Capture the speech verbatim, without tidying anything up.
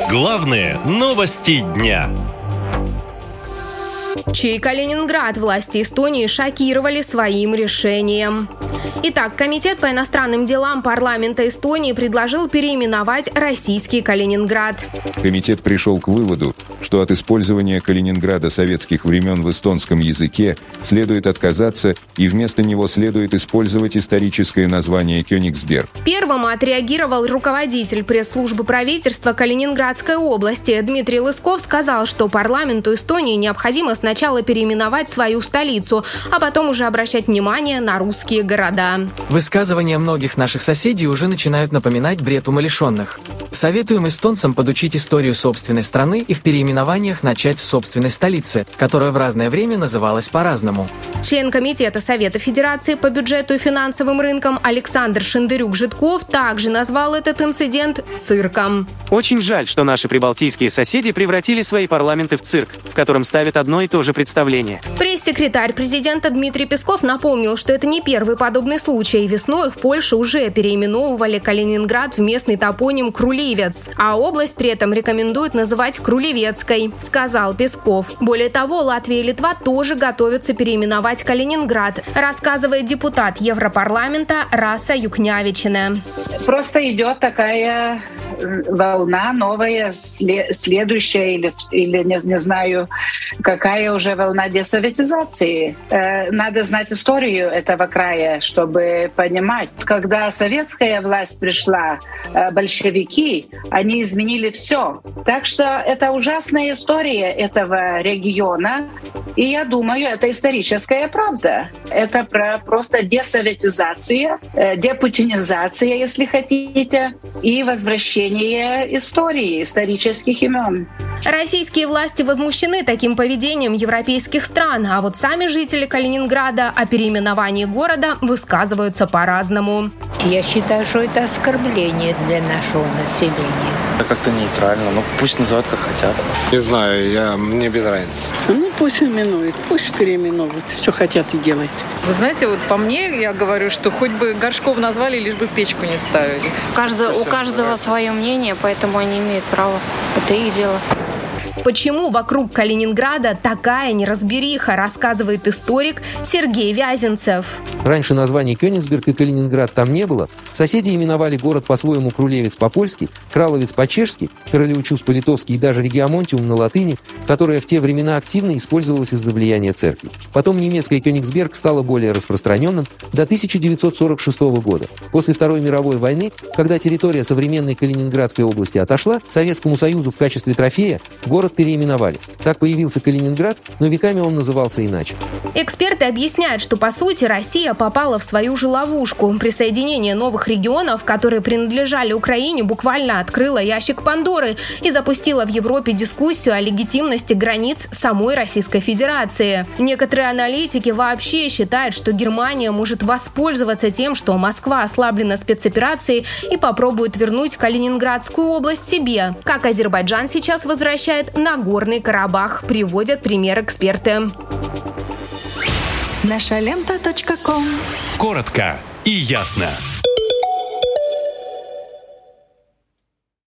Главные новости дня. Чей Калининград власти Эстонии шокировали своим решением. Итак, Комитет по иностранным делам парламента Эстонии предложил переименовать российский Калининград. Комитет пришел к выводу, что от использования Калининграда советских времен в эстонском языке следует отказаться, и вместо него следует использовать историческое название Кёнигсберг. Первым отреагировал руководитель пресс-службы правительства Калининградской области. Дмитрий Лысков сказал, что парламенту Эстонии необходимо сначала переименовать свою столицу, а потом уже обращать внимание на русские города. Высказывания многих наших соседей уже начинают напоминать бред умалишенных. Советуем эстонцам подучить историю собственной страны и в переименованиях начать с собственной столицы, которая в разное время называлась по-разному. Член Комитета Совета Федерации по бюджету и финансовым рынкам Александр Шендерюк-Житков также назвал этот инцидент цирком. Очень жаль, что наши прибалтийские соседи превратили свои парламенты в цирк, в котором ставят одно и то же представление. Пресс-секретарь президента Дмитрий Песков напомнил, что это не первый подобный случай. Весной в Польше уже переименовывали Калининград в местный топоним Крулевец, а область при этом рекомендует называть Крулевецкой, сказал Песков. Более того, Латвия и Литва тоже готовятся переименовать Калининград, рассказывает депутат Европарламента Раса Юкнявичина. Просто идет такая волна новая, следующая или, или не, не знаю, какая уже волна десоветизации. Надо знать историю этого края, чтобы понимать. Когда советская власть пришла, большевики, они изменили все. Так что это ужасная история этого региона. И я думаю, это историческая правда. Это про просто десоветизация, депутинизация, если хотите, и возвращение истории, исторических имен. Российские власти возмущены таким поведением европейских стран, а вот сами жители Калининграда о переименовании города высказываются по-разному. Я считаю, что это оскорбление для нашего населения. Это как-то нейтрально, ну пусть называют как хотят. Не знаю, я, мне без разницы. Ну пусть именуют, пусть переименуют, что хотят и делают. Вы знаете, вот по мне, я говорю, что хоть бы Горшков назвали, лишь бы печку не ставили. Каждый, у каждого свое мнение, поэтому они имеют право. Это их дело. Почему вокруг Калининграда такая неразбериха, рассказывает историк Сергей Вязенцев. Раньше названий Кёнигсберг и Калининград там не было. Соседи именовали город по-своему Крулевец по-польски, Краловец по-чешски, Королеучус по-литовски и даже Региомонтиум на латыни, которая в те времена активно использовалась из-за влияния церкви. Потом немецкое Кёнигсберг стало более распространенным до тысяча девятьсот сорок шестого года. После Второй мировой войны, когда территория современной Калининградской области отошла, Советскому Союзу в качестве трофея город переименовали. Так появился Калининград, но веками он назывался иначе. Эксперты объясняют, что по сути Россия попала в свою же ловушку. Присоединение новых регионов, которые принадлежали Украине, буквально открыло ящик Пандоры и запустило в Европе дискуссию о легитимности границ самой Российской Федерации. Некоторые аналитики вообще считают, что Германия может воспользоваться тем, что Москва ослаблена спецоперацией и попробует вернуть Калининградскую область себе, как Азербайджан сейчас возвращает Нагорный Карабах, приводят пример эксперты. наша лента точка ком. Коротко и ясно.